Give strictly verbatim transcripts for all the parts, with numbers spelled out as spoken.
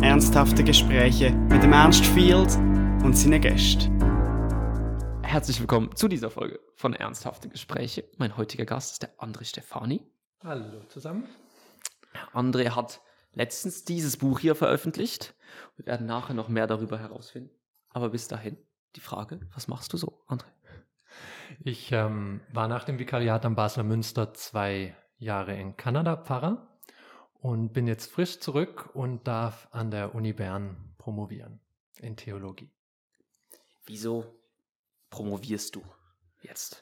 Ernsthafte Gespräche mit dem Ernst Field und seinen Gästen. Herzlich willkommen zu dieser Folge von Ernsthafte Gespräche. Mein heutiger Gast ist der André Stefani. Hallo zusammen. André hat letztens dieses Buch hier veröffentlicht. Wir werden nachher noch mehr darüber herausfinden. Aber bis dahin die Frage, was machst du so, André? Ich ähm, war nach dem Vikariat am Basler Münster zwei Jahre in Kanada Pfarrer und bin jetzt frisch zurück und darf an der Uni Bern promovieren in Theologie. Wieso promovierst du jetzt?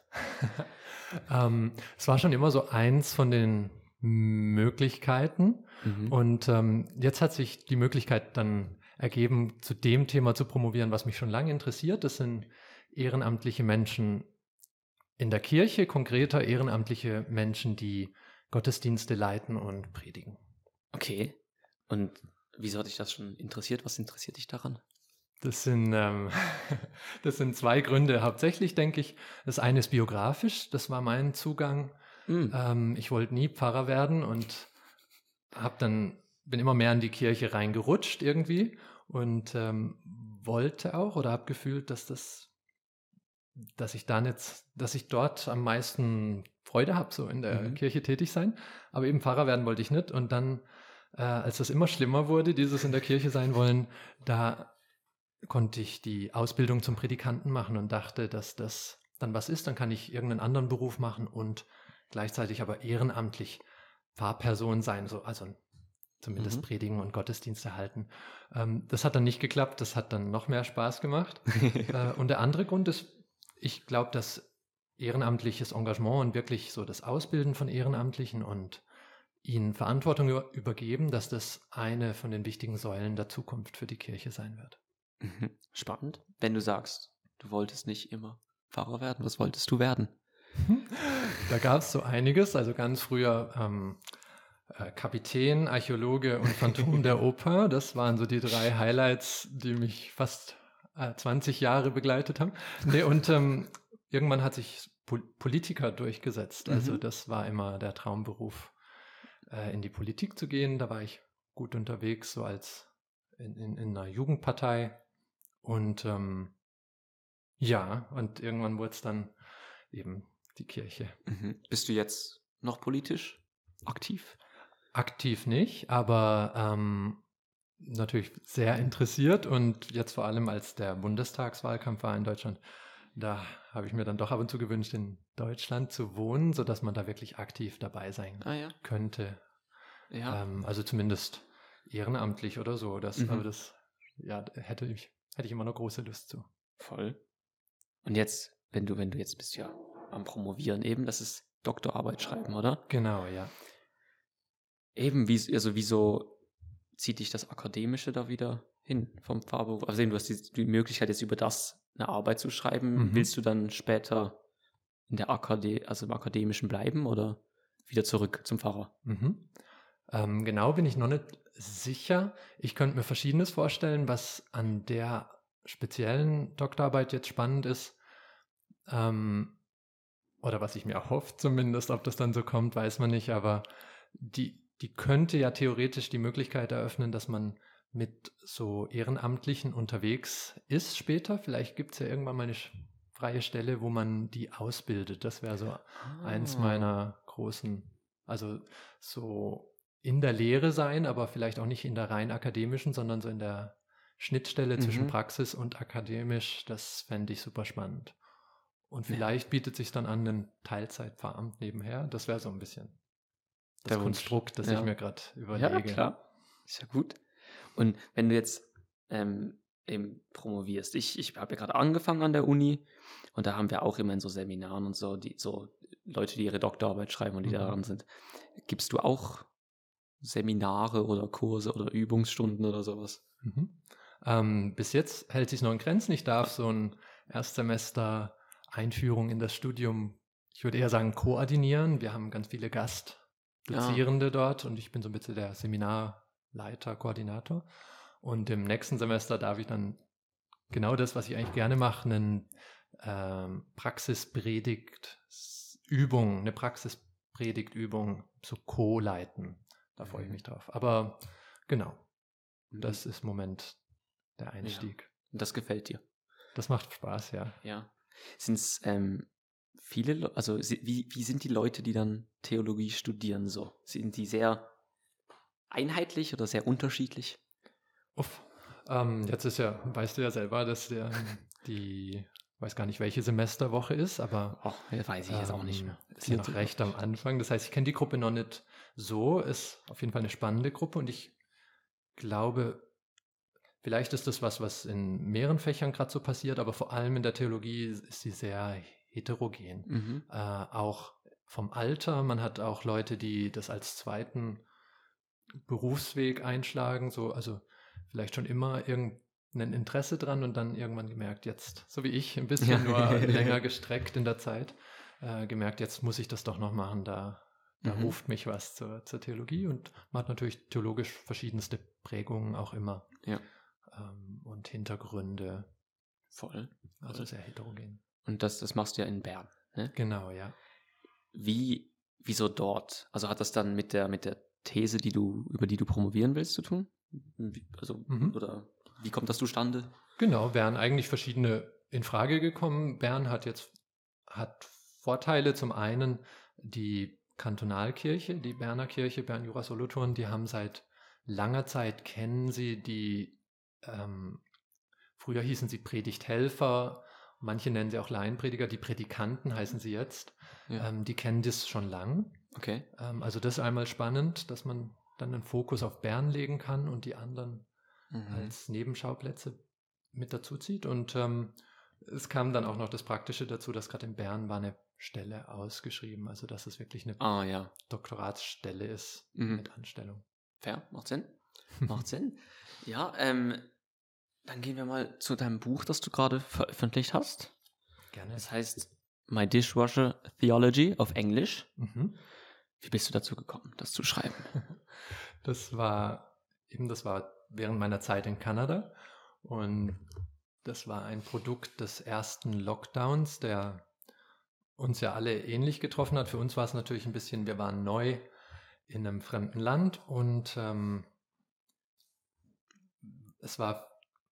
ähm, es war schon immer so eins von den Möglichkeiten mhm. und ähm, jetzt hat sich die Möglichkeit dann ergeben, zu dem Thema zu promovieren, was mich schon lange interessiert. Das sind ehrenamtliche Menschen in der Kirche, konkreter ehrenamtliche Menschen, die Gottesdienste leiten und predigen. Okay. Und wieso hat dich das schon interessiert? Was interessiert dich daran? Das sind, ähm, das sind zwei Gründe. Hauptsächlich denke ich, das eine ist biografisch. Das war mein Zugang. Mm. Ähm, ich wollte nie Pfarrer werden und hab dann, bin immer mehr in die Kirche reingerutscht irgendwie und ähm, wollte auch oder habe gefühlt, dass das dass ich da jetzt, dass ich dort am meisten Freude habe, so in der mhm. Kirche tätig sein. Aber eben Pfarrer werden wollte ich nicht. Und dann, äh, als das immer schlimmer wurde, dieses in der Kirche sein wollen, da konnte ich die Ausbildung zum Predikanten machen und dachte, dass das dann was ist. Dann kann ich irgendeinen anderen Beruf machen und gleichzeitig aber ehrenamtlich Pfarrperson sein, so, also zumindest mhm. predigen und Gottesdienste halten. Ähm, das hat dann nicht geklappt. Das hat dann noch mehr Spaß gemacht. äh, und der andere Grund ist, ich glaube, dass ehrenamtliches Engagement und wirklich so das Ausbilden von Ehrenamtlichen und ihnen Verantwortung übergeben, dass das eine von den wichtigen Säulen der Zukunft für die Kirche sein wird. Spannend. Wenn du sagst, du wolltest nicht immer Pfarrer werden, was wolltest du werden? Da gab es so einiges. Also ganz früher ähm, äh, Kapitän, Archäologe und Phantom der Oper. Das waren so die drei Highlights, die mich fast zwanzig Jahre begleitet haben. Nee, und ähm, irgendwann hat sich Pol- Politiker durchgesetzt. Also mhm. das war immer der Traumberuf, äh, in die Politik zu gehen. Da war ich gut unterwegs, so als in, in, in einer Jugendpartei. Und ähm, ja, und irgendwann wurde es dann eben die Kirche. Mhm. Bist du jetzt noch politisch aktiv? Aktiv nicht, aber ähm, natürlich sehr interessiert und jetzt vor allem als der Bundestagswahlkampf war in Deutschland, da habe ich mir dann doch ab und zu gewünscht, in Deutschland zu wohnen, sodass man da wirklich aktiv dabei sein ah, ja. könnte. Ja. Ähm, also zumindest ehrenamtlich oder so. Das, mhm. Aber das ja, hätte ich, hätte ich immer noch große Lust zu. Voll. Und jetzt, wenn du, wenn du jetzt bist ja am Promovieren eben, das ist Doktorarbeit schreiben, oder? Genau, ja. Eben, wie, also wieso zieht dich das Akademische da wieder hin vom Pfarrberuf? Also du hast die, die Möglichkeit, jetzt über das eine Arbeit zu schreiben. Mhm. Willst du dann später in der Akade- also im Akademischen bleiben oder wieder zurück zum Pfarrer? Mhm. Ähm, genau bin ich noch nicht sicher. Ich könnte mir Verschiedenes vorstellen, was an der speziellen Doktorarbeit jetzt spannend ist. Ähm, oder was ich mir erhoffe zumindest, ob das dann so kommt, weiß man nicht, aber die Die könnte ja theoretisch die Möglichkeit eröffnen, dass man mit so Ehrenamtlichen unterwegs ist später. Vielleicht gibt es ja irgendwann mal eine freie Stelle, wo man die ausbildet. Das wäre so ah. eins meiner großen, also so in der Lehre sein, aber vielleicht auch nicht in der rein akademischen, sondern so in der Schnittstelle mhm. zwischen Praxis und akademisch. Das fände ich super spannend. Und vielleicht ja. bietet sich dann an, ein Teilzeitpfarramt nebenher. Das wäre so ein bisschen das Konstrukt, das ja. ich mir gerade überlege. Ja, klar. Ist ja gut. Und wenn du jetzt ähm, eben promovierst, ich, ich habe ja gerade angefangen an der Uni und da haben wir auch immer in so Seminaren und so, die so Leute, die ihre Doktorarbeit schreiben und die mhm. daran sind. Gibst du auch Seminare oder Kurse oder Übungsstunden oder sowas? Mhm. Ähm, bis jetzt hält sich noch in Grenzen. Ich darf so ein Erstsemester Einführung in das Studium, ich würde eher sagen, koordinieren. Wir haben ganz viele Gast Dozierende ja. dort und ich bin so ein bisschen der Seminarleiter, Koordinator. Und im nächsten Semester darf ich dann genau das, was ich eigentlich gerne mache, einen ähm, Praxispredigt-Übung, eine Praxispredigtübung so co-leiten. Da freue ich mich drauf. Aber genau. Das ist im Moment der Einstieg. Ja. Und das gefällt dir? Das macht Spaß, ja. Ja. Sind es ähm, viele, Le- also si- wie, wie sind die Leute, die dann Theologie studieren so? Sind die sehr einheitlich oder sehr unterschiedlich? Uff. Ähm, jetzt ist ja, weißt du ja selber, dass der, die, weiß gar nicht, welche Semesterwoche ist, aber Oh, das weiß ich jetzt auch nicht mehr. ist ja noch recht am Anfang. Das heißt, ich kenne die Gruppe noch nicht so, ist auf jeden Fall eine spannende Gruppe und ich glaube, vielleicht ist das was, was in mehreren Fächern gerade so passiert, aber vor allem in der Theologie ist sie sehr heterogen. Mhm. Äh, auch vom Alter, man hat auch Leute, die das als zweiten Berufsweg einschlagen, so, also vielleicht schon immer irgendein Interesse dran und dann irgendwann gemerkt, jetzt, so wie ich, ein bisschen Ja. nur länger gestreckt in der Zeit, äh, gemerkt, jetzt muss ich das doch noch machen, da, da Mhm. ruft mich was zur, zur Theologie und man hat natürlich theologisch verschiedenste Prägungen auch immer Ja. ähm, und Hintergründe, Voll. also sehr heterogen. Und das, das machst du ja in Bern, ne? Genau, ja. Wie, wieso dort? Also hat das dann mit der, mit der These, die du, über die du promovieren willst, zu tun? Wie, also, Mhm. oder wie kommt das zustande? Genau, wären eigentlich verschiedene in Frage gekommen. Bern hat jetzt hat Vorteile. Zum einen die Kantonalkirche, die Berner Kirche, Bern-Jura-Solothurn, die haben seit langer Zeit, kennen sie die, ähm, früher hießen sie Predigthelfer, manche nennen sie auch Laienprediger, die Predikanten heißen sie jetzt. Ja. Ähm, die kennen das schon lang. Okay. Ähm, also das ist einmal spannend, dass man dann einen Fokus auf Bern legen kann und die anderen Mhm. als Nebenschauplätze mit dazu zieht. Und ähm, es kam dann auch noch das Praktische dazu, dass gerade in Bern war eine Stelle ausgeschrieben, also dass es wirklich eine Ah ja. Doktoratsstelle ist Mhm. mit Anstellung. Fair, macht Sinn. Macht Sinn. Ja, ähm, dann gehen wir mal zu deinem Buch, das du gerade veröffentlicht hast. Gerne. Das heißt My Dishwasher Theology auf Englisch. Mhm. Wie bist du dazu gekommen, das zu schreiben? Das war eben, das war während meiner Zeit in Kanada und das war ein Produkt des ersten Lockdowns, der uns ja alle ähnlich getroffen hat. Für uns war es natürlich ein bisschen, wir waren neu in einem fremden Land und ähm, es war,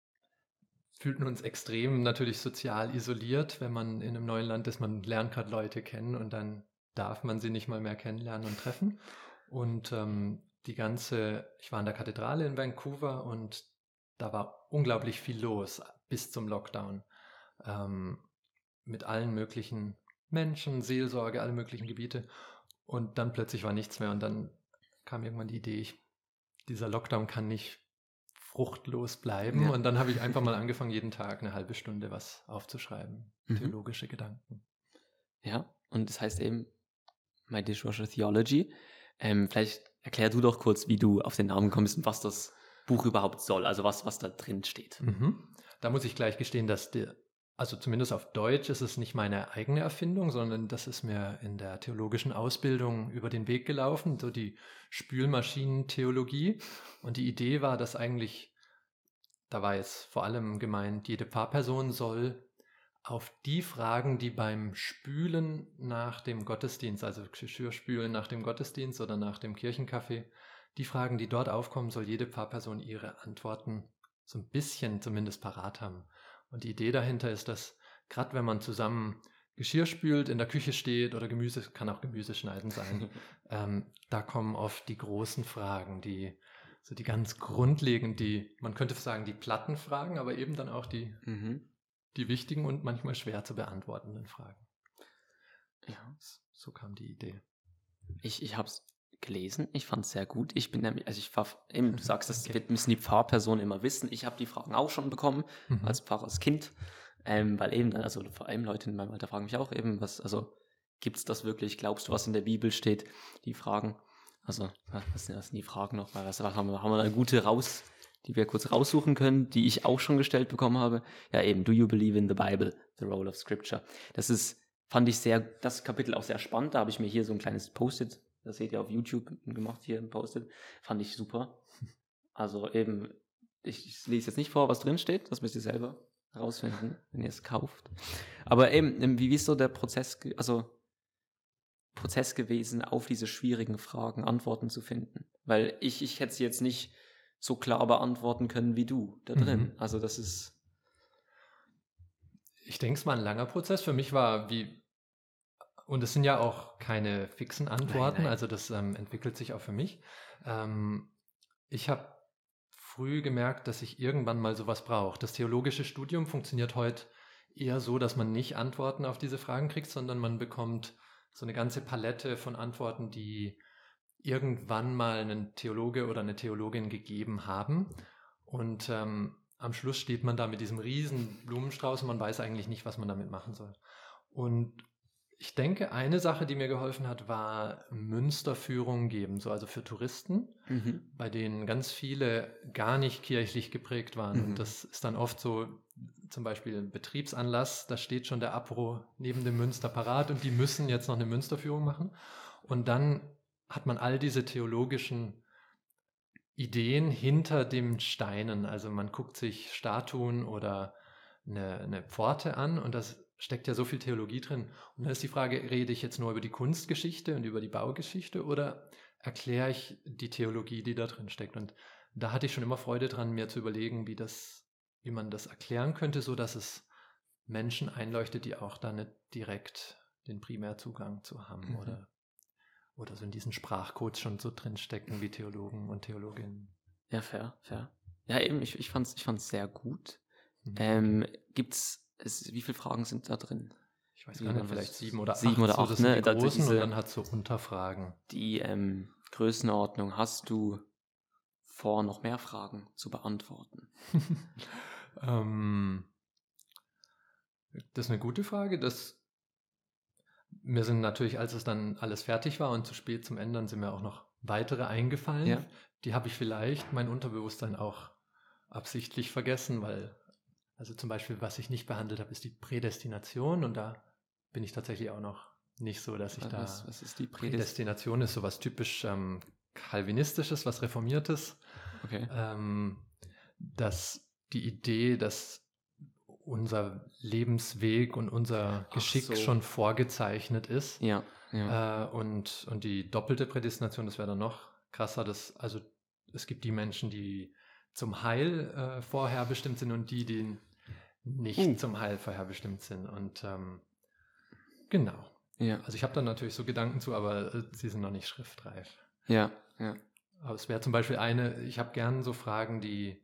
fühlten uns extrem natürlich sozial isoliert, wenn man in einem neuen Land ist, man lernt gerade Leute kennen und dann darf man sie nicht mal mehr kennenlernen und treffen. Und ähm, die ganze, ich war in der Kathedrale in Vancouver und da war unglaublich viel los bis zum Lockdown. Ähm, mit allen möglichen Menschen, Seelsorge, alle möglichen Gebiete. Und dann plötzlich war nichts mehr und dann kam irgendwann die Idee, ich, dieser Lockdown kann nicht fruchtlos bleiben. Ja. Und dann habe ich einfach mal angefangen, jeden Tag eine halbe Stunde was aufzuschreiben. Mhm. Theologische Gedanken. Ja, und das heißt eben My Dishwasher Theology. Ähm, vielleicht erklär du doch kurz, wie du auf den Namen kommst und was das Buch überhaupt soll, also was, was da drin steht. Mhm. Da muss ich gleich gestehen, dass der, also zumindest auf Deutsch ist es nicht meine eigene Erfindung, sondern das ist mir in der theologischen Ausbildung über den Weg gelaufen, so die Spülmaschinentheologie. Und die Idee war, dass eigentlich, da war jetzt vor allem gemeint, jede Pfarrperson soll auf die Fragen, die beim Spülen nach dem Gottesdienst, also Geschirrspülen nach dem Gottesdienst oder nach dem Kirchenkaffee, die Fragen, die dort aufkommen, soll jede Pfarrperson ihre Antworten so ein bisschen zumindest parat haben. Und die Idee dahinter ist, dass gerade wenn man zusammen Geschirr spült, in der Küche steht oder Gemüse, kann auch Gemüse schneiden sein, ähm, da kommen oft die großen Fragen, die so die ganz grundlegenden, die, man könnte sagen, die platten Fragen, aber eben dann auch die, Mhm. die wichtigen und manchmal schwer zu beantwortenden Fragen. Ja. So kam die Idee. Ich, ich habe es gelesen, ich fand es sehr gut. Ich bin nämlich, also ich war, eben, du sagst, das Okay. wird, müssen die Pfarrpersonen immer wissen. Ich habe die Fragen auch schon bekommen, Mhm. als Pfarrerskind, ähm, weil eben dann, also vor allem Leute in meinem Alter fragen mich auch eben, was, also gibt es das wirklich, glaubst du, was in der Bibel steht? Die Fragen, also was was sind das sind die Fragen noch, weil was, was haben wir, haben wir eine gute raus, die wir kurz raussuchen können, die ich auch schon gestellt bekommen habe. Ja eben, do you believe in the Bible, the role of Scripture? Das ist, fand ich sehr, das Kapitel auch sehr spannend, da habe ich mir hier so ein kleines Post-it, das seht ihr auf YouTube gemacht, hier ein Post-it, fand ich super. Also eben, ich, ich lese jetzt nicht vor, was drin steht, das müsst ihr selber herausfinden, wenn ihr es kauft. Aber eben, wie ist so der Prozess, ge- also Prozess gewesen, auf diese schwierigen Fragen Antworten zu finden? Weil ich, ich hätte sie jetzt nicht so klar beantworten können wie du da drin. Mhm. Also das ist... Ich denke, es war ein langer Prozess. Für mich war wie, und es sind ja auch keine fixen Antworten, Nein, nein. also das ähm, entwickelt sich auch für mich. Ähm, ich habe früh gemerkt, dass ich irgendwann mal sowas brauche. Das theologische Studium funktioniert heute eher so, dass man nicht Antworten auf diese Fragen kriegt, sondern man bekommt so eine ganze Palette von Antworten, die irgendwann mal ein Theologe oder eine Theologin gegeben haben. Und ähm, am Schluss steht man da mit diesem riesen Blumenstrauß und man weiß eigentlich nicht, was man damit machen soll. Und ich denke, eine Sache, die mir geholfen hat, war Münsterführungen geben, so also für Touristen, Mhm. bei denen ganz viele gar nicht kirchlich geprägt waren. Mhm. Und das ist dann oft so, zum Beispiel ein Betriebsanlass, da steht schon der Apro neben dem Münster parat und die müssen jetzt noch eine Münsterführung machen. Und dann hat man all diese theologischen Ideen hinter den Steinen. Also man guckt sich Statuen oder eine, eine Pforte an und das steckt ja so viel Theologie drin. Und dann ist die Frage, rede ich jetzt nur über die Kunstgeschichte und über die Baugeschichte oder erkläre ich die Theologie, die da drin steckt? Und da hatte ich schon immer Freude dran, mir zu überlegen, wie das, wie man das erklären könnte, so dass es Menschen einleuchtet, die auch da nicht direkt den Primärzugang zu haben Mhm. oder oder so in diesen Sprachcodes schon so drin stecken wie Theologen und Theologinnen. Ja, fair, fair. Ja, eben, ich, ich fand es ich fand's sehr gut. Mhm. Ähm, gibt's, es, wie viele Fragen sind da drin? Ich weiß gar nicht, vielleicht sieben oder acht. Sieben oder so, acht, das sind ne? die Da- großen diese- und dann hat es so Unterfragen. Die ähm, Größenordnung, hast du vor, noch mehr Fragen zu beantworten? ähm, das ist eine gute Frage. Das, mir sind natürlich, als es dann alles fertig war und zu spät zum Ändern, sind mir auch noch weitere eingefallen. Ja. Die habe ich vielleicht, mein Unterbewusstsein auch absichtlich vergessen, weil, also zum Beispiel, was ich nicht behandelt habe, ist die Prädestination und da bin ich tatsächlich auch noch nicht so, dass ich da... Was, was ist die Prädestination? Prädestination ist sowas typisch ähm, Calvinistisches, was Reformiertes. Okay. Ähm, dass die Idee, dass unser Lebensweg und unser Ach Geschick so. schon vorgezeichnet ist. Ja, ja. Äh, und, und die doppelte Prädestination, das wäre dann noch krasser. Dass, also es gibt die Menschen, die zum Heil äh, vorherbestimmt sind und die, die nicht Uh. zum Heil vorherbestimmt sind. Und ähm, genau. ja, Also ich habe da natürlich so Gedanken zu, aber äh, sie sind noch nicht schriftreif. ja, ja. Aber es wäre zum Beispiel eine, ich habe gern so Fragen, die,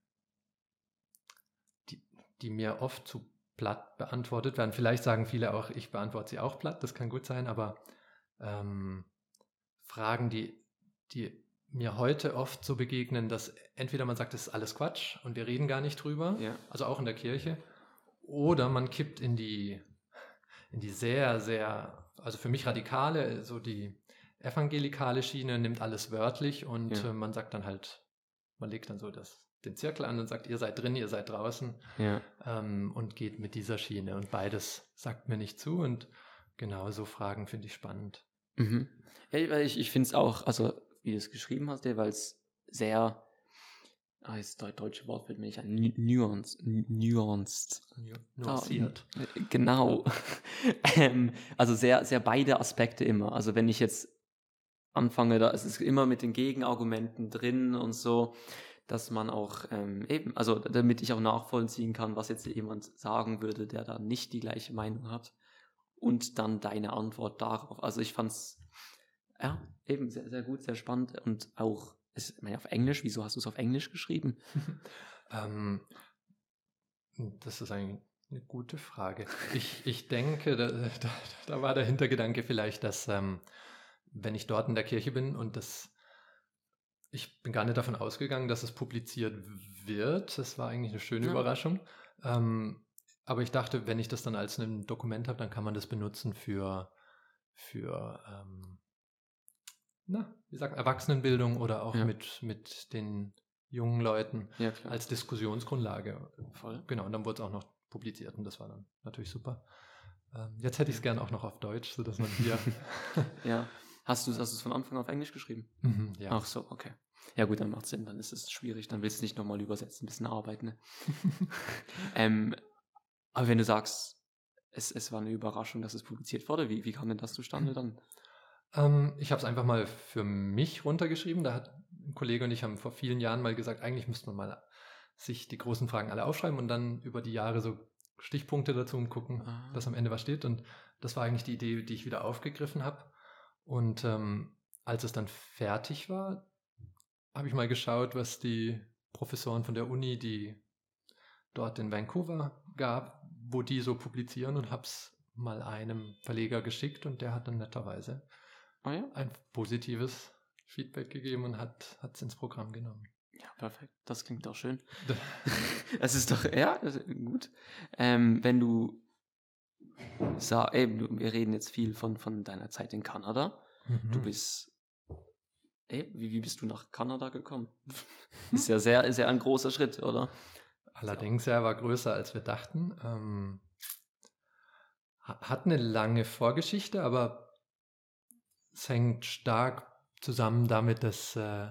die, die mir oft zu platt beantwortet werden. Vielleicht sagen viele auch, ich beantworte sie auch platt, das kann gut sein, aber ähm, Fragen, die, die mir heute oft so begegnen, dass entweder man sagt, das ist alles Quatsch und wir reden gar nicht drüber, Ja. also auch in der Kirche, oder man kippt in die, in die sehr, sehr, also für mich radikale, so die evangelikale Schiene, nimmt alles wörtlich und Ja. äh, man sagt dann halt, man legt dann so das, den Zirkel an und sagt, ihr seid drin, ihr seid draußen ja. ähm, und geht mit dieser Schiene und beides sagt mir nicht zu und genau so Fragen finde ich spannend. Mhm. Ja, weil ich, ich finde es auch, also wie du es geschrieben hast, weil es sehr, ah, das deutsche Wort fällt mir nicht ein, nu- nuanced, nu- nuanced. Nuanciert. Ah, genau. ähm, also sehr, sehr beide Aspekte immer. Also wenn ich jetzt anfange, da ist es immer mit den Gegenargumenten drin und so, dass man auch ähm, eben, also damit ich auch nachvollziehen kann, was jetzt jemand sagen würde, der da nicht die gleiche Meinung hat. Und dann deine Antwort darauf. Also ich fand's ja eben sehr, sehr gut, sehr spannend und auch, es, ich meine, auf Englisch, wieso hast du es auf Englisch geschrieben? ähm, das ist eigentlich eine gute Frage. Ich, ich denke, da, da, da war der Hintergedanke vielleicht, dass ähm, wenn ich dort in der Kirche bin und das, ich bin gar nicht davon ausgegangen, dass es publiziert wird. Das war eigentlich eine schöne Ja. Überraschung. Ähm, aber ich dachte, wenn ich das dann als ein Dokument habe, dann kann man das benutzen für, für ähm, na, wie sagt, Erwachsenenbildung oder auch Ja. mit, mit den jungen Leuten Ja, klar. als Diskussionsgrundlage. Voll. Genau, und dann wurde es auch noch publiziert und das war dann natürlich super. Ähm, jetzt hätte ich es gern auch noch auf Deutsch, sodass man hier... Ja. Hast du hast du es von Anfang auf Englisch geschrieben? Mhm, ja. Ach so, okay. Ja gut, dann macht Sinn, dann ist es schwierig, dann willst du nicht nochmal übersetzen, ein bisschen Arbeit, ne? ähm, aber wenn du sagst, es, es war eine Überraschung, dass es publiziert wurde, wie, wie kam denn das zustande dann? Ähm, ich habe es einfach mal für mich runtergeschrieben. Da hat, ein Kollege und ich haben vor vielen Jahren mal gesagt, eigentlich müsste man mal sich die großen Fragen alle aufschreiben und dann über die Jahre so Stichpunkte dazu und gucken, Ah. dass am Ende was steht. Und das war eigentlich die Idee, die ich wieder aufgegriffen habe. Und ähm, als es dann fertig war, habe ich mal geschaut, was die Professoren von der Uni, die dort in Vancouver gab, wo die so publizieren, und habe es mal einem Verleger geschickt und der hat dann netterweise Oh ja? ein positives Feedback gegeben und hat es ins Programm genommen. Ja, perfekt. Das klingt doch schön. Es ist doch, ja, also gut. Ähm, wenn du sag, eben, du- wir reden jetzt viel von, von deiner Zeit in Kanada. Mhm. Du bist, ey, wie, wie bist du nach Kanada gekommen? Ist ja sehr, ist ja ein großer Schritt, oder? Allerdings, er war größer, als wir dachten. Ähm, ha- hat eine lange Vorgeschichte, aber es hängt stark zusammen damit, dass äh,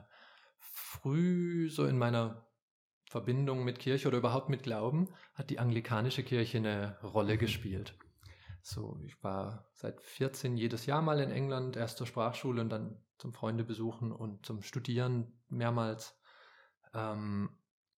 früh so in meiner Verbindung mit Kirche oder überhaupt mit Glauben hat die anglikanische Kirche eine Rolle gespielt. So, ich war seit vierzehn jedes Jahr mal in England, erst zur Sprachschule und dann zum Freunde besuchen und zum Studieren mehrmals. Ähm,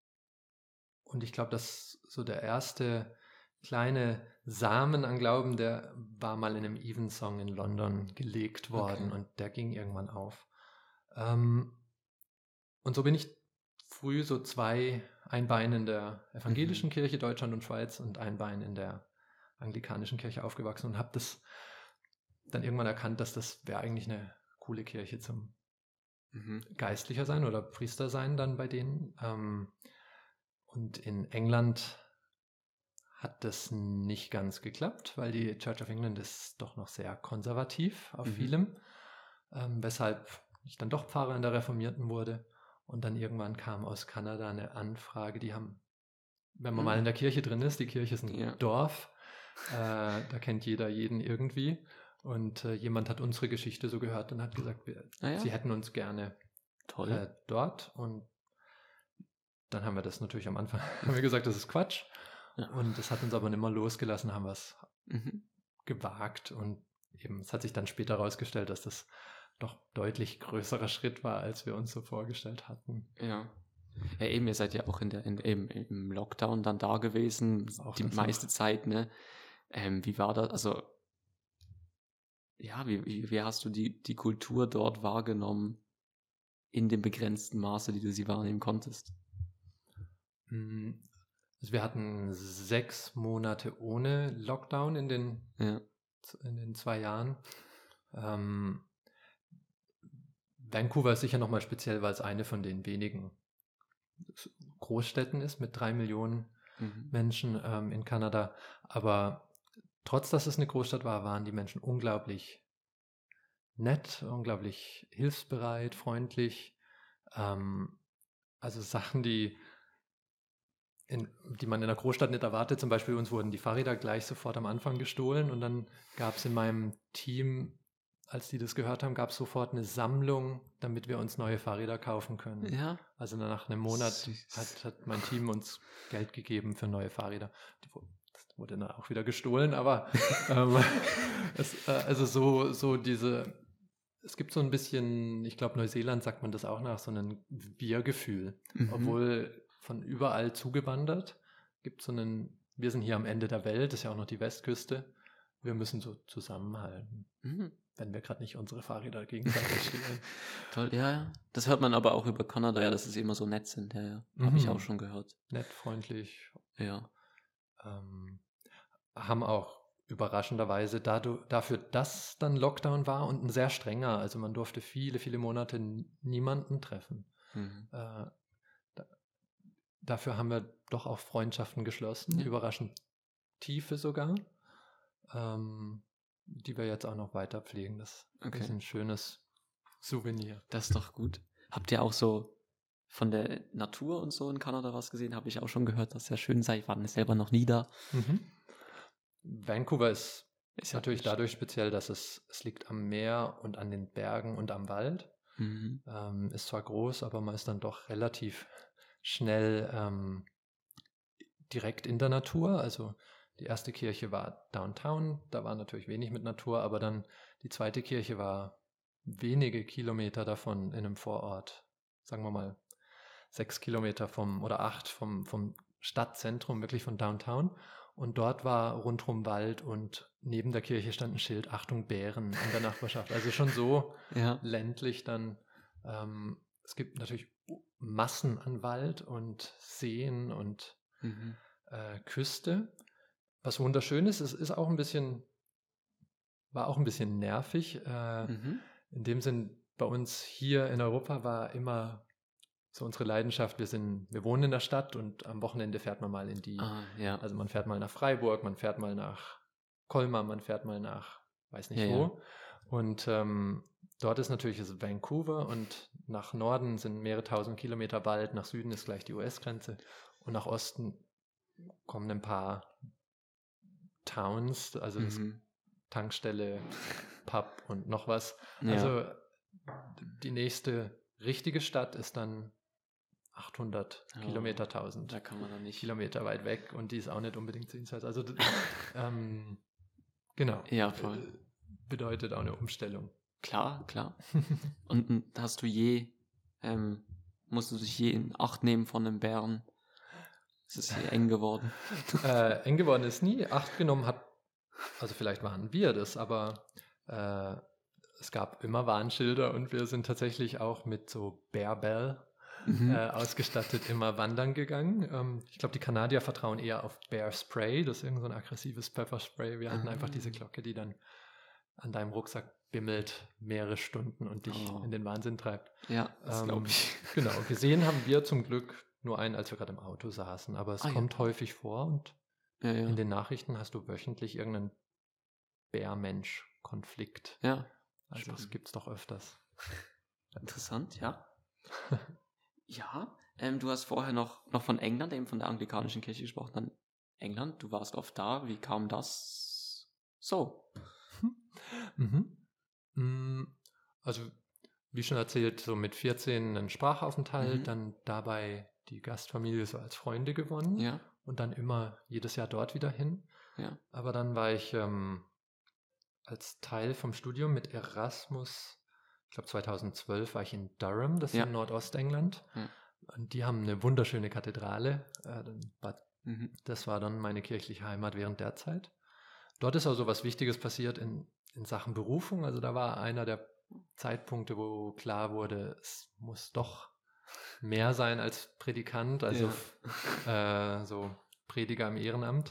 und ich glaube, dass so der erste kleine Samen an Glauben, der war mal in einem Evensong in London gelegt worden Okay. und der ging irgendwann auf. Ähm, und so bin ich früh so zwei, ein Bein in der evangelischen Mhm. Kirche Deutschland und Schweiz und ein Bein in der anglikanischen Kirche aufgewachsen und habe das dann irgendwann erkannt, dass das wäre eigentlich eine coole Kirche zum Mhm. Geistlicher sein oder Priester sein dann bei denen. Ähm, und in England hat das nicht ganz geklappt, weil die Church of England ist doch noch sehr konservativ auf Mhm. vielem, ähm, weshalb ich dann doch Pfarrer in der Reformierten wurde. Und dann irgendwann kam aus Kanada eine Anfrage, die haben, wenn man Mhm. mal in der Kirche drin ist, die Kirche ist ein Ja. Dorf, äh, da kennt jeder jeden irgendwie. Und äh, jemand hat unsere Geschichte so gehört und hat gesagt, wir, Ah ja? sie hätten uns gerne Toll. äh, dort. Und dann haben wir das natürlich am Anfang haben wir gesagt, das ist Quatsch. Ja. Und das hat uns aber nicht mehr losgelassen, haben wir es Mhm. gewagt. Und eben, es hat sich dann später herausgestellt, dass das doch deutlich größerer Schritt war, als wir uns so vorgestellt hatten. Ja. Ja, eben, ihr seid ja auch in der, in, eben, im Lockdown dann da gewesen, Auch die das meiste noch. Zeit, ne? Ähm, wie war das? Also, ja, wie, wie, wie hast du die, die Kultur dort wahrgenommen in dem begrenzten Maße, die du sie wahrnehmen konntest? Mm, Also wir hatten sechs Monate ohne Lockdown in den, Ja. in den zwei Jahren. Ähm, Vancouver ist sicher nochmal speziell, weil es eine von den wenigen Großstädten ist mit drei Millionen Mhm. Menschen ähm, in Kanada. Aber trotz, dass es eine Großstadt war, waren die Menschen unglaublich nett, unglaublich hilfsbereit, freundlich. Ähm, also Sachen, die, in, die man in einer Großstadt nicht erwartet. Zum Beispiel uns wurden die Fahrräder gleich sofort am Anfang gestohlen und dann gab es in meinem Team, als die das gehört haben, gab es sofort eine Sammlung, damit wir uns neue Fahrräder kaufen können. Ja. Also nach einem Monat Süß. hat, hat mein Team uns Geld gegeben für neue Fahrräder. Die wu- das wurde dann auch wieder gestohlen, aber ähm, es, äh, also so, so diese, es gibt so ein bisschen, ich glaube Neuseeland sagt man das auch nach, so ein Wir-Gefühl. Mhm. Obwohl von überall zugewandert, gibt so einen, wir sind hier am Ende der Welt, das ist ja auch noch die Westküste, wir müssen so zusammenhalten, Mhm. wenn wir gerade nicht unsere Fahrräder gegenseitig stehlen. Toll, ja, ja. Das hört man aber auch über Kanada, ja, dass sie immer so nett sind, ja, ja. Habe ich Mhm. auch schon gehört. Nett, freundlich, Ja. ähm, haben auch überraschenderweise dadu- dafür, dass dann Lockdown war und ein sehr strenger, also man durfte viele, viele Monate n- niemanden treffen. Mhm. Äh, da, dafür haben wir doch auch Freundschaften geschlossen, Ja. überraschend tiefe sogar, ähm, die wir jetzt auch noch weiter pflegen. Das Okay. ist ein schönes Souvenir. Das ist doch gut. Habt ihr auch so von der Natur und so in Kanada was gesehen? Habe ich auch schon gehört, dass es sehr schön sei. Ich war selber noch nie da. Mhm. Vancouver ist Ist ja natürlich schön. dadurch speziell, dass es, es liegt am Meer und an den Bergen und am Wald. Mhm. Ähm, ist zwar groß, aber man ist dann doch relativ schnell ähm, direkt in der Natur. Also die erste Kirche war Downtown, da war natürlich wenig mit Natur, aber dann die zweite Kirche war wenige Kilometer davon in einem Vorort sagen wir mal, sechs Kilometer vom oder acht vom, vom Stadtzentrum, wirklich von Downtown. Und dort war rundherum Wald und neben der Kirche stand ein Schild, Achtung, Bären in der Nachbarschaft. Also schon so Ja. ländlich dann. Ähm, es gibt natürlich Massen an Wald und Seen und Mhm. äh, Küste. Was wunderschön ist, es ist auch ein bisschen, war auch ein bisschen nervig. Äh, Mhm. in dem Sinn, bei uns hier in Europa war immer so unsere Leidenschaft, wir sind, wir wohnen in der Stadt und am Wochenende fährt man mal in die, Ah, ja. also man fährt mal nach Freiburg, man fährt mal nach Colmar, man fährt mal nach, weiß nicht Ja, wo. ja. Und ähm, dort ist natürlich ist Vancouver und nach Norden sind mehrere tausend Kilometer Wald, nach Süden ist gleich die U S-Grenze und nach Osten kommen ein paar Towns, also das Mhm. Tankstelle, Pub und noch was. Ja. Also die nächste richtige Stadt ist dann achthundert Oh, Kilometer, tausend Da kann man dann nicht. Kilometer weit weg und die ist auch nicht unbedingt sehenswert. Also d- ähm, genau. Ja, voll. Äh, Bedeutet auch eine Umstellung. Klar, klar. Und, und hast du je, ähm, musst du dich je in Acht nehmen von einem Bären? Es ist hier eng geworden. äh, eng geworden ist nie. Acht genommen hat, also vielleicht waren wir das, aber äh, es gab immer Warnschilder und wir sind tatsächlich auch mit so Bear Bell Mhm. äh, ausgestattet immer wandern gegangen. Ähm, ich glaube, die Kanadier vertrauen eher auf Bear Spray, das ist irgend so ein aggressives Pfefferspray. Wir hatten Ah. einfach diese Glocke, die dann an deinem Rucksack bimmelt mehrere Stunden und dich Oh. in den Wahnsinn treibt. Ja, das Ähm, glaube ich. Genau, gesehen haben wir zum Glück nur einen, als wir gerade im Auto saßen, aber es Ah, ja. kommt häufig vor und Ja, ja. in den Nachrichten hast du wöchentlich irgendeinen Bär-Mensch-Konflikt. ja. Also Spannend. das gibt es doch öfters. Interessant, ja. Ja, ähm, du hast vorher noch, noch von England, eben von der anglikanischen Kirche gesprochen. Dann England, du warst oft da. Wie kam das so? Mhm. Mm, Also, wie schon erzählt, so mit vierzehn einen Sprachaufenthalt, Mhm. dann dabei die Gastfamilie so als Freunde gewonnen Ja, und dann immer jedes Jahr dort wieder hin. ja. Aber dann war ich ähm, als Teil vom Studium mit Erasmus, ich glaube zweitausendzwölf war ich in Durham, das ist Ja. in Nordostengland. Ja. Und die haben eine wunderschöne Kathedrale. Äh, dann war- Mhm. Das war dann meine kirchliche Heimat während der Zeit. Dort ist also was Wichtiges passiert in, in Sachen Berufung. Also da war einer der Zeitpunkte, wo klar wurde, es muss doch mehr sein als Predikant, also äh, so Prediger im Ehrenamt.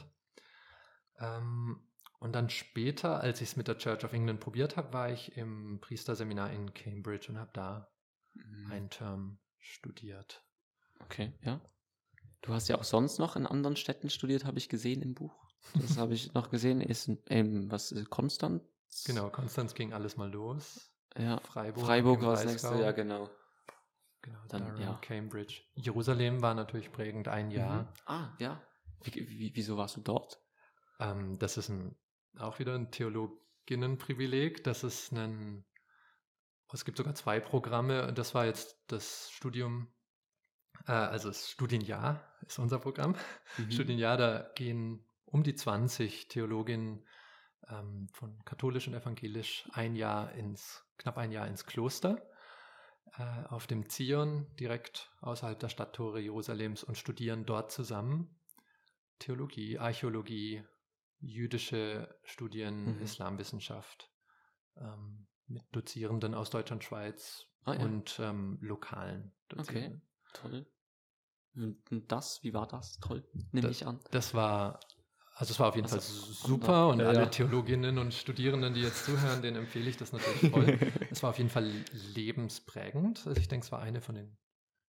Ähm, und dann später, als ich es mit der Church of England probiert habe, war ich im Priesterseminar in Cambridge und habe da Mhm. einen Term studiert. Okay, ja. Du hast ja auch sonst noch in anderen Städten studiert, habe ich gesehen im Buch. Das habe ich noch gesehen. Ist ähm, was ist Konstanz? Genau, Konstanz ging alles mal los. Ja. Freiburg, Freiburg im war das Breisgau. nächste, ja genau. Genau, Dann, Durham, ja. Cambridge. Jerusalem war natürlich prägend, ein Jahr. Mhm. Ah, ja. Wie, wie, wieso warst du dort? Ähm, das ist ein, auch wieder ein Theologinnenprivileg. Das ist ein, es gibt sogar zwei Programme. Das war jetzt das Studium, äh, also das Studienjahr ist unser Programm. Mhm. Studienjahr, da gehen um die zwanzig Theologinnen ähm, von katholisch und evangelisch ein Jahr ins, knapp ein Jahr ins Kloster äh, auf dem Zion, direkt außerhalb der Stadttore Jerusalems und studieren dort zusammen Theologie, Archäologie, jüdische Studien, Mhm. Islamwissenschaft ähm, mit Dozierenden aus Deutschland, Schweiz Ah, ja. und ähm, lokalen Dozierenden. Toll. Und und das, wie war das? Toll, nehme Das- ich an. Das war, also es war auf jeden Also, Fall ander- super und ja, alle ja. Theologinnen und Studierenden, die jetzt zuhören, denen empfehle ich das natürlich voll. Es war auf jeden Fall lebensprägend. Also ich denke, es war eine von den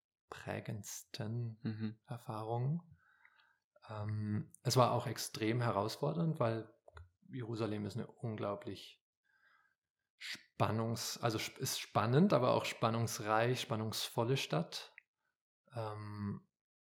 prägendsten Mhm. Erfahrungen. Ähm, es war auch extrem herausfordernd, weil Jerusalem ist eine unglaublich spannungs-, also sp- ist spannend, aber auch spannungsreich, spannungsvolle Stadt. Ähm,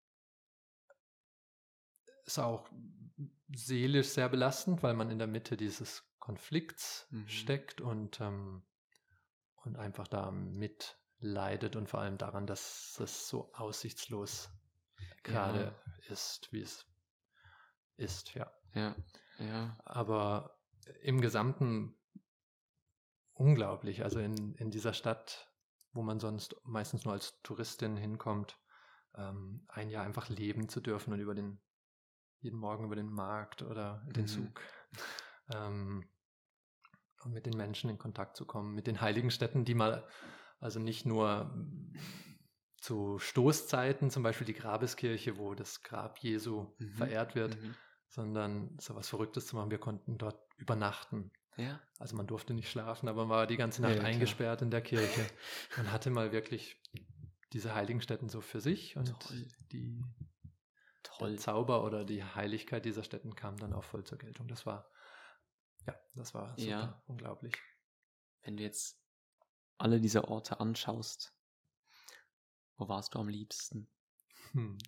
ist auch seelisch sehr belastend, weil man in der Mitte dieses Konflikts Mhm. steckt und, ähm, und einfach da mitleidet und vor allem daran, dass es so aussichtslos gerade ist, wie es ist, ja. Ja, ja. Aber im Gesamten unglaublich. Also in, in dieser Stadt wo man sonst meistens nur als Touristin hinkommt, ähm, ein Jahr einfach leben zu dürfen und über den, jeden Morgen über den Markt oder den Mhm. Zug ähm, und mit den Menschen in Kontakt zu kommen, mit den heiligen Städten, die mal, also nicht nur mm, zu Stoßzeiten, zum Beispiel die Grabeskirche, wo das Grab Jesu Mhm. verehrt wird, Mhm. sondern so was Verrücktes zu machen. Wir konnten dort übernachten. Ja. Also man durfte nicht schlafen, aber man war die ganze Nacht Ja, klar. eingesperrt in der Kirche und hatte mal wirklich diese heiligen Stätten so für sich und Toll. die, Toll. der Zauber oder die Heiligkeit dieser Stätten kam dann auch voll zur Geltung. Das war, ja, das war super, Ja. unglaublich. Wenn du jetzt alle diese Orte anschaust, wo warst du am liebsten? Hm.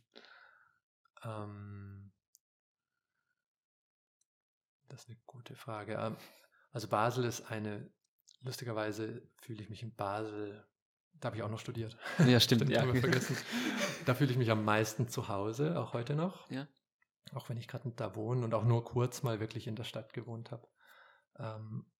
Ähm, das ist eine gute Frage. Ähm, Also Basel ist eine, lustigerweise fühle ich mich in Basel, da habe ich auch noch studiert. Ja, stimmt, ja. haben wir vergessen. Da fühle ich mich am meisten zu Hause, auch heute noch. Ja. Auch wenn ich gerade da wohne und auch nur kurz mal wirklich in der Stadt gewohnt habe. Ähm,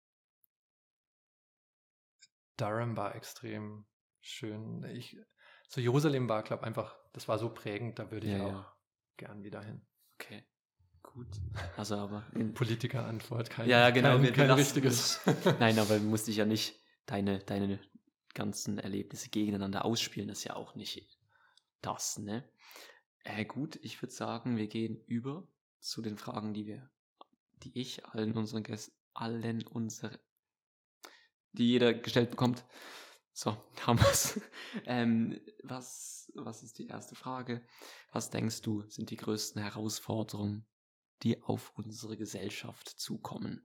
Durham war extrem schön. Ich, so Jerusalem war, glaube ich, einfach, das war so prägend, da würde ich Ja, auch ja. gern wieder hin. Okay, gut. Also aber... In, Politiker-Antwort, kein, ja, genau. kein, wir- wir kein lassen richtiges. es. Nein, aber du musst dich ja nicht deine, deine ganzen Erlebnisse gegeneinander ausspielen. Das ist ja auch nicht das, ne? Äh, gut, ich würde sagen, wir gehen über zu den Fragen, die wir, die ich allen unseren Gästen, allen unsere, die jeder gestellt bekommt. So, haben wir's. Ähm, was, was ist die erste Frage? Was denkst du, sind die größten Herausforderungen, die auf unsere Gesellschaft zukommen?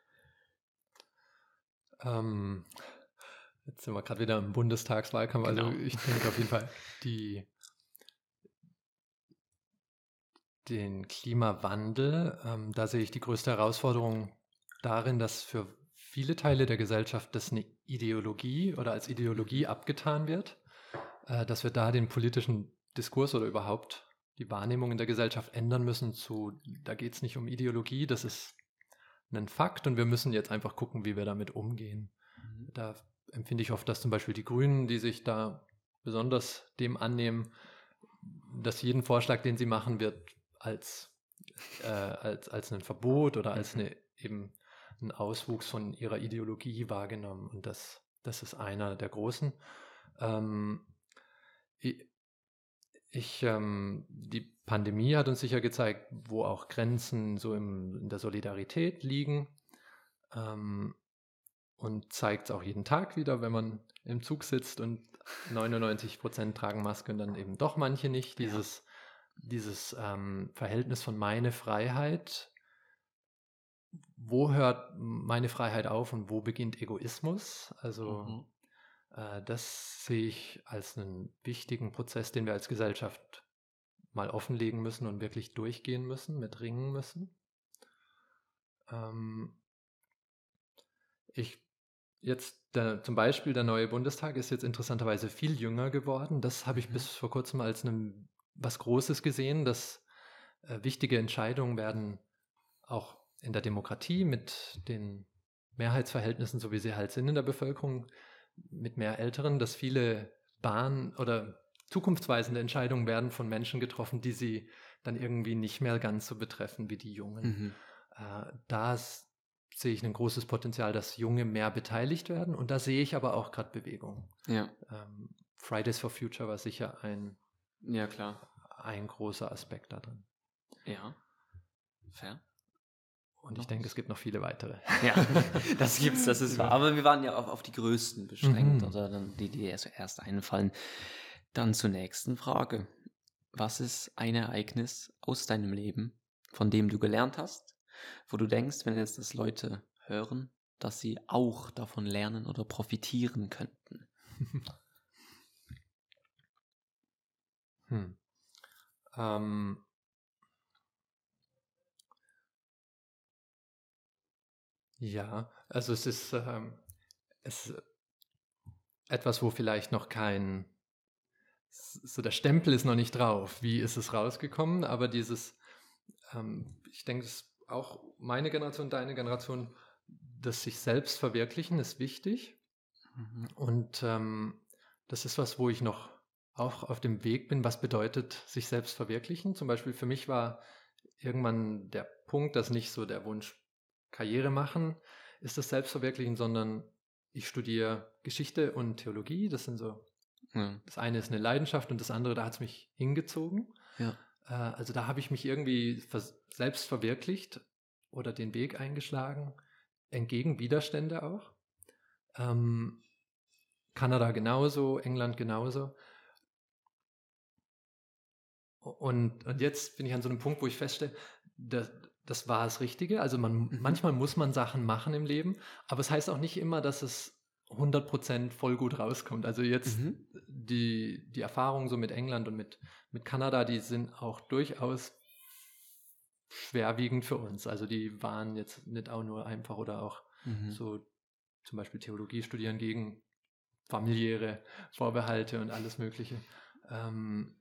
Ähm, jetzt sind wir gerade wieder im Bundestagswahlkampf. Genau. Also ich denke auf jeden Fall die, den Klimawandel. Ähm, da sehe ich die größte Herausforderung darin, dass für viele Teile der Gesellschaft das eine Ideologie oder als Ideologie abgetan wird, äh, dass wir da den politischen Diskurs oder überhaupt die Wahrnehmung in der Gesellschaft ändern müssen zu, da geht es nicht um Ideologie, das ist ein Fakt und wir müssen jetzt einfach gucken, wie wir damit umgehen. Mhm. Da empfinde ich oft, dass zum Beispiel die Grünen, die sich da besonders dem annehmen, dass jeden Vorschlag, den sie machen, wird als, äh, als, als ein Verbot oder als eine, eben ein Auswuchs von ihrer Ideologie wahrgenommen. Und das, das ist einer der großen. Ähm, ich, ich, ähm, die Pandemie hat uns sicher gezeigt, wo auch Grenzen so im, in der Solidarität liegen. Ähm, und zeigt es auch jeden Tag wieder, wenn man im Zug sitzt und neunundneunzig Prozent tragen Maske und dann eben doch manche nicht. Dieses, ja. dieses ähm, Verhältnis von meine Freiheit, wo hört meine Freiheit auf und wo beginnt Egoismus? Also mhm. äh, das sehe ich als einen wichtigen Prozess, den wir als Gesellschaft mal offenlegen müssen und wirklich durchgehen müssen, mit ringen müssen. Ähm, ich Jetzt der, zum Beispiel der neue Bundestag ist jetzt interessanterweise viel jünger geworden. Das habe ich mhm. bis vor kurzem als einem, was Großes gesehen, dass äh, wichtige Entscheidungen werden auch in der Demokratie mit den Mehrheitsverhältnissen, so wie sie halt sind in der Bevölkerung, mit mehr Älteren, dass viele Bahn- oder zukunftsweisende Entscheidungen werden von Menschen getroffen, die sie dann irgendwie nicht mehr ganz so betreffen wie die Jungen. Mhm. Äh, da ist sehe ich ein großes Potenzial, dass Junge mehr beteiligt werden. Und da sehe ich aber auch gerade Bewegung. Ja. Ähm, Fridays for Future war sicher ein, ja, klar. ein großer Aspekt da drin. Ja, fair. Und noch ich denke, es gibt noch viele weitere. Ja, das gibt's, das ist wahr. Aber wir waren ja auf, auf die größten beschränkt, Mhm. oder dann die, die erst einfallen. Dann zur nächsten Frage. Was ist ein Ereignis aus deinem Leben, von dem du gelernt hast, wo du denkst, wenn jetzt das Leute hören, dass sie auch davon lernen oder profitieren könnten? hm. ähm, ja, also es ist, ähm, es ist etwas, wo vielleicht noch kein, so der Stempel ist noch nicht drauf. Wie ist es rausgekommen? Aber dieses, ähm, ich denke, es auch meine Generation, deine Generation, das sich selbst verwirklichen ist wichtig. Mhm. Und ähm, das ist was, wo ich noch auch auf dem Weg bin, was bedeutet sich selbst verwirklichen. Zum Beispiel für mich war irgendwann der Punkt, dass nicht so der Wunsch Karriere machen ist das Selbstverwirklichen, sondern ich studiere Geschichte und Theologie. Das sind so, ja. Das eine ist eine Leidenschaft und das andere, da hat es mich hingezogen. Ja. Äh, also da habe ich mich irgendwie vers- selbst verwirklicht oder den Weg eingeschlagen, entgegen Widerstände auch. Ähm, Kanada genauso, England genauso. Und, und jetzt bin ich an so einem Punkt, wo ich feststelle, das, das war das Richtige. Also man, mhm. manchmal muss man Sachen machen im Leben, aber es heißt auch nicht immer, dass es hundert Prozent voll gut rauskommt. Also jetzt mhm. die, die Erfahrungen so mit England und mit, mit Kanada, die sind auch durchaus schwerwiegend für uns. Also die waren jetzt nicht auch nur einfach oder auch mhm. so zum Beispiel Theologie studieren gegen familiäre Vorbehalte und alles Mögliche. Ähm,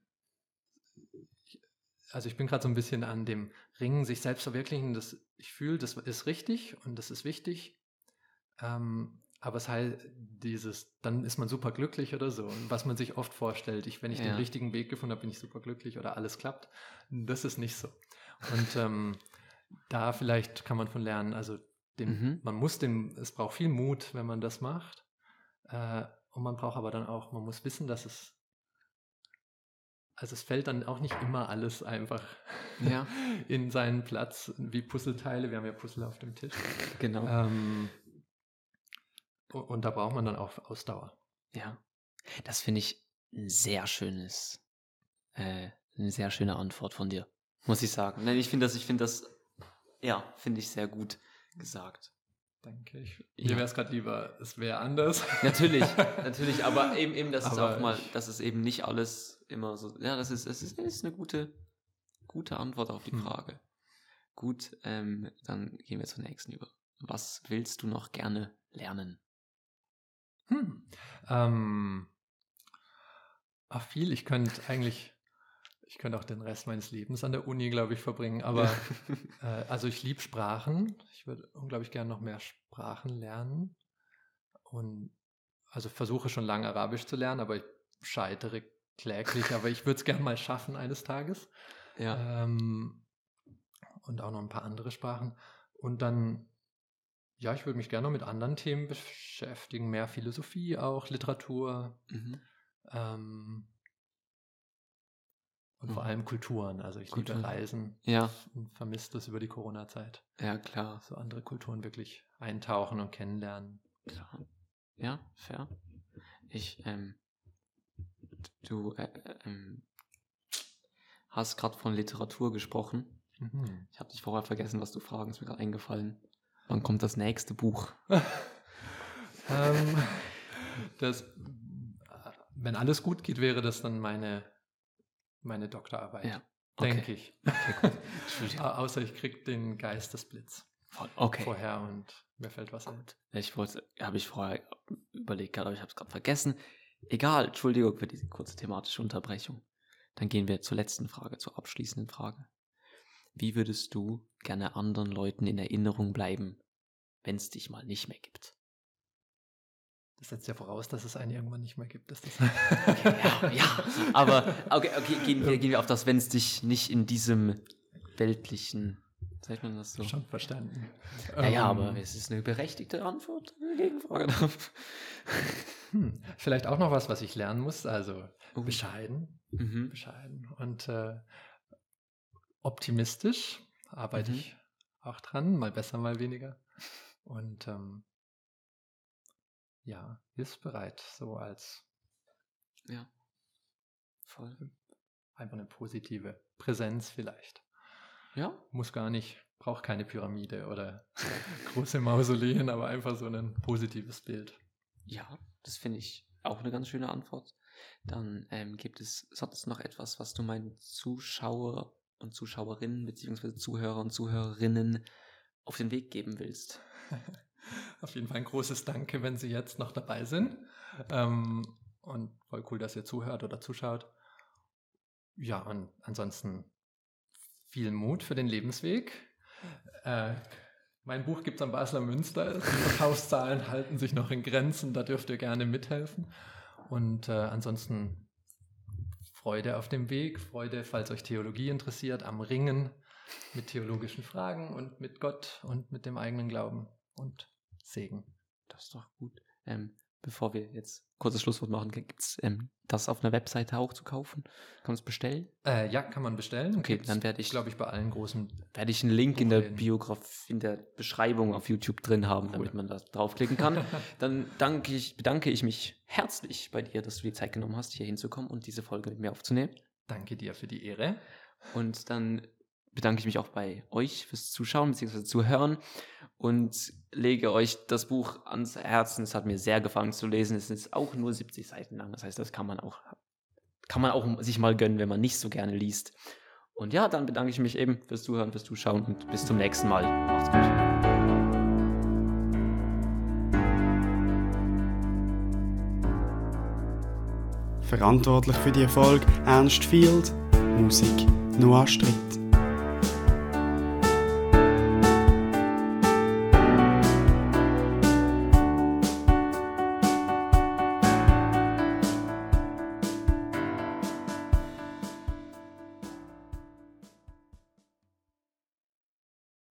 Also ich bin gerade so ein bisschen an dem Ringen, sich selbst verwirklichen. Das, ich fühle, das ist richtig und das ist wichtig. Ähm, aber es heißt, dieses, dann ist man super glücklich oder so. Und was man sich oft vorstellt, ich, wenn ich ja. den richtigen Weg gefunden habe, bin ich super glücklich oder alles klappt. Das ist nicht so. Und ähm, da vielleicht kann man von lernen, also dem, mhm. man muss dem, es braucht viel Mut, wenn man das macht. Äh, und man braucht aber dann auch, man muss wissen, dass es Also es fällt dann auch nicht immer alles einfach ja. in seinen Platz, wie Puzzleteile. Wir haben ja Puzzle auf dem Tisch. Genau. Ähm, und da braucht man dann auch Ausdauer. Ja, das finde ich ein sehr schönes, äh, eine sehr schöne Antwort von dir, muss ich sagen. Nein, ich finde das, ich finde das, ja, finde ich sehr gut gesagt. Danke. Ich, mir ja. wäre es gerade lieber, es wäre anders. Natürlich, natürlich, aber eben, eben das ist auch mal, das ist eben nicht alles immer so, ja, das ist, es ist, ist eine gute, gute Antwort auf die hm. Frage. Gut, ähm, dann gehen wir zur nächsten über. Was willst du noch gerne lernen? Hm. Ähm, ach, viel. Ich könnte eigentlich, ich könnte auch den Rest meines Lebens an der Uni, glaube ich, verbringen, aber äh, also ich liebe Sprachen. Ich würde unglaublich gerne noch mehr Sprachen lernen und also versuche schon lange Arabisch zu lernen, aber ich scheitere kläglich, aber ich würde es gerne mal schaffen eines Tages. Ja. Ähm, und auch noch ein paar andere Sprachen. Und dann, ja, ich würde mich gerne noch mit anderen Themen beschäftigen, mehr Philosophie auch, Literatur mhm. ähm, und mhm. vor allem Kulturen. Also ich Kultur. liebe Reisen ja. und vermisse das über die Corona-Zeit. Ja, klar. So andere Kulturen wirklich eintauchen und kennenlernen. Klar. Ja, fair. Ich, ähm, du äh, ähm, hast gerade von Literatur gesprochen. Mhm. Ich habe dich vorher vergessen, was du fragen, ist mir gerade eingefallen. Wann kommt das nächste Buch? ähm, das, wenn alles gut geht, wäre das dann meine, meine Doktorarbeit. Ja. Okay. Denke ich. Okay, gut. Außer ich kriege den Geistesblitz okay. vorher und mir fällt was ein. Ich wollte, habe ich vorher überlegt, aber ich habe es gerade vergessen. Egal, Entschuldigung für diese kurze thematische Unterbrechung. Dann gehen wir zur letzten Frage, zur abschließenden Frage. Wie würdest du gerne anderen Leuten in Erinnerung bleiben, wenn es dich mal nicht mehr gibt? Das setzt ja voraus, dass es einen irgendwann nicht mehr gibt. Ist das okay, ja, ja, aber okay, okay, gehen wir, gehen wir auf das, wenn es dich nicht in diesem weltlichen, sagt man das so? Schon verstanden. Ja, ja, ähm, aber es ist eine berechtigte Antwort, eine Gegenfrage darauf. Hm, vielleicht auch noch was, was ich lernen muss, also uh. bescheiden, mhm. bescheiden und äh, optimistisch arbeite mhm. ich auch dran, mal besser, mal weniger. Und ähm, ja, hilfsbereit, so als ja, voll. Einfach eine positive Präsenz vielleicht. Ja. Muss gar nicht, braucht keine Pyramide oder große Mausoleen, aber einfach so ein positives Bild. Ja, das finde ich auch eine ganz schöne Antwort. Dann ähm, gibt es sonst noch etwas, was du meinen Zuschauer und Zuschauerinnen beziehungsweise Zuhörer und Zuhörerinnen auf den Weg geben willst? Auf jeden Fall ein großes Danke, wenn Sie jetzt noch dabei sind. Ähm, und voll cool, dass ihr zuhört oder zuschaut. Ja, und ansonsten viel Mut für den Lebensweg. Äh, mein Buch gibt es am Basler Münster. Die Verkaufszahlen halten sich noch in Grenzen. Da dürft ihr gerne mithelfen. Und äh, ansonsten Freude auf dem Weg, Freude, falls euch Theologie interessiert, am Ringen mit theologischen Fragen und mit Gott und mit dem eigenen Glauben und Segen. Das ist doch gut. Ähm, bevor wir jetzt kurzes Schlusswort machen, gibt es ähm, das auf einer Webseite auch zu kaufen? Kann man es bestellen? Äh, ja, kann man bestellen. Okay, Gibt's, dann werde ich, glaube ich, bei allen großen werde ich einen Link in der Buchläden. Biografie, in der Beschreibung auf YouTube drin haben, Cool. damit man da draufklicken kann. Dann danke ich, bedanke ich mich herzlich bei dir, dass du die Zeit genommen hast, hier hinzukommen und diese Folge mit mir aufzunehmen. Danke dir für die Ehre. Und dann bedanke ich mich auch bei euch fürs Zuschauen bzw. Zuhören und lege euch das Buch ans Herzen. Es hat mir sehr gefallen zu lesen. Es ist auch nur siebzig Seiten lang. Das heißt, das kann man auch, kann man auch sich mal gönnen, wenn man nicht so gerne liest. Und ja, dann bedanke ich mich eben fürs Zuhören, fürs Zuschauen und bis zum nächsten Mal. Macht's gut. Verantwortlich für die Erfolg Ernst Field, Musik Noah Stritt.